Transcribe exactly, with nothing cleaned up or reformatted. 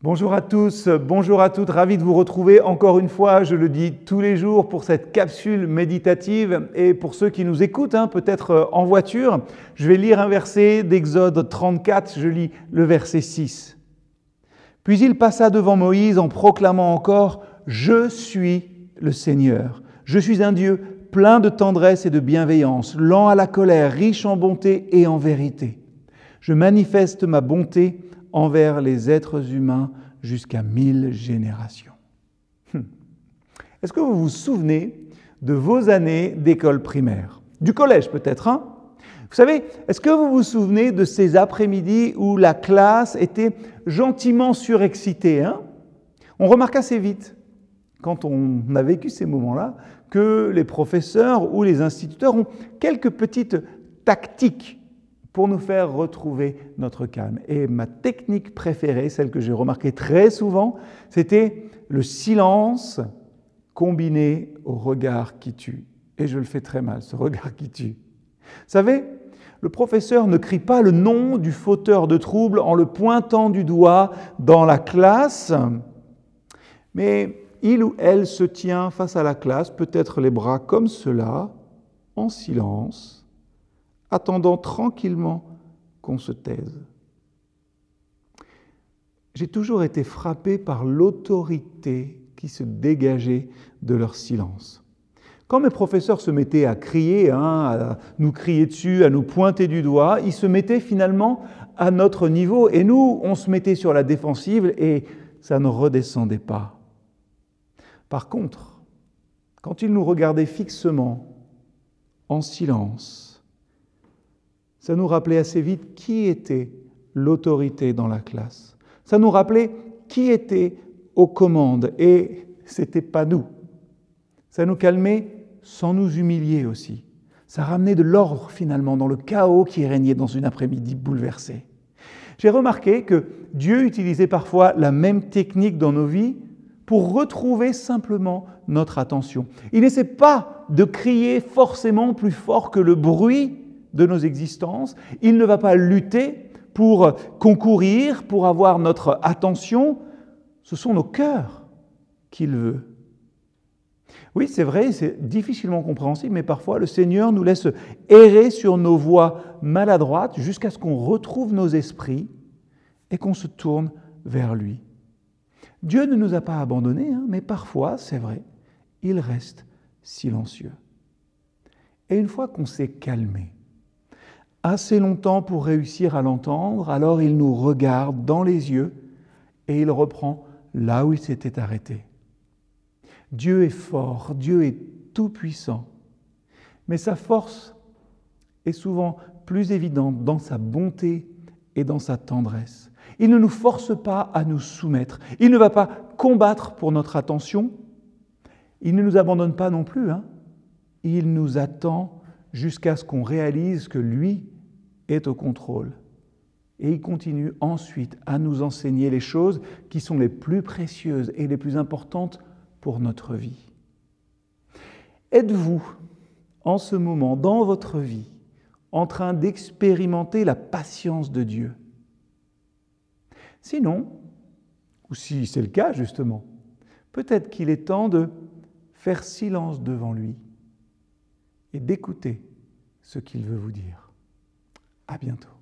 Bonjour à tous, bonjour à toutes, ravi de vous retrouver encore une fois, je le dis tous les jours pour cette capsule méditative et pour ceux qui nous écoutent, hein, peut-être en voiture, je vais lire un verset d'Exode trente-quatre, je lis le verset six. Puis il passa devant Moïse en proclamant encore « Je suis le Seigneur, je suis un Dieu plein de tendresse et de bienveillance, lent à la colère, riche en bonté et en vérité. Je manifeste ma bonté envers les êtres humains jusqu'à mille générations. Hum. Est-ce que vous vous souvenez de vos années d'école primaire? Du collège peut-être, hein? Vous savez, est-ce que vous vous souvenez de ces après-midi où la classe était gentiment surexcitée, hein? On remarque assez vite, quand on a vécu ces moments-là, que les professeurs ou les instituteurs ont quelques petites tactiques pour nous faire retrouver notre calme. Et ma technique préférée, celle que j'ai remarquée très souvent, c'était le silence combiné au regard qui tue. Et je le fais très mal, ce regard qui tue. Vous savez, le professeur ne crie pas le nom du fauteur de trouble en le pointant du doigt dans la classe, mais il ou elle se tient face à la classe, peut-être les bras comme cela, en silence, attendant tranquillement qu'on se taise. J'ai toujours été frappé par l'autorité qui se dégageait de leur silence. Quand mes professeurs se mettaient à crier, hein, à nous crier dessus, à nous pointer du doigt, ils se mettaient finalement à notre niveau et nous, on se mettait sur la défensive et ça ne redescendait pas. Par contre, quand ils nous regardaient fixement, en silence, ça nous rappelait assez vite qui était l'autorité dans la classe. Ça nous rappelait qui était aux commandes et ce n'était pas nous. Ça nous calmait sans nous humilier aussi. Ça ramenait de l'ordre finalement dans le chaos qui régnait dans une après-midi bouleversée. J'ai remarqué que Dieu utilisait parfois la même technique dans nos vies pour retrouver simplement notre attention. Il n'essaie pas de crier forcément plus fort que le bruit de nos existences. Il ne va pas lutter pour concourir, pour avoir notre attention. Ce sont nos cœurs qu'il veut. Oui, c'est vrai, c'est difficilement compréhensible, mais parfois le Seigneur nous laisse errer sur nos voies maladroites jusqu'à ce qu'on retrouve nos esprits et qu'on se tourne vers lui. Dieu ne nous a pas abandonnés, hein, mais parfois, c'est vrai, il reste silencieux. Et une fois qu'on s'est calmé, assez longtemps pour réussir à l'entendre, alors il nous regarde dans les yeux et il reprend là où il s'était arrêté. Dieu est fort, Dieu est tout-puissant, mais sa force est souvent plus évidente dans sa bonté et dans sa tendresse. Il ne nous force pas à nous soumettre, il ne va pas combattre pour notre attention, il ne nous abandonne pas non plus, hein. Il nous attend jusqu'à ce qu'on réalise que lui est au contrôle. Et il continue ensuite à nous enseigner les choses qui sont les plus précieuses et les plus importantes pour notre vie. Êtes-vous en ce moment, dans votre vie, en train d'expérimenter la patience de Dieu? Sinon, ou si c'est le cas justement, peut-être qu'il est temps de faire silence devant lui et d'écouter ce qu'il veut vous dire. À bientôt.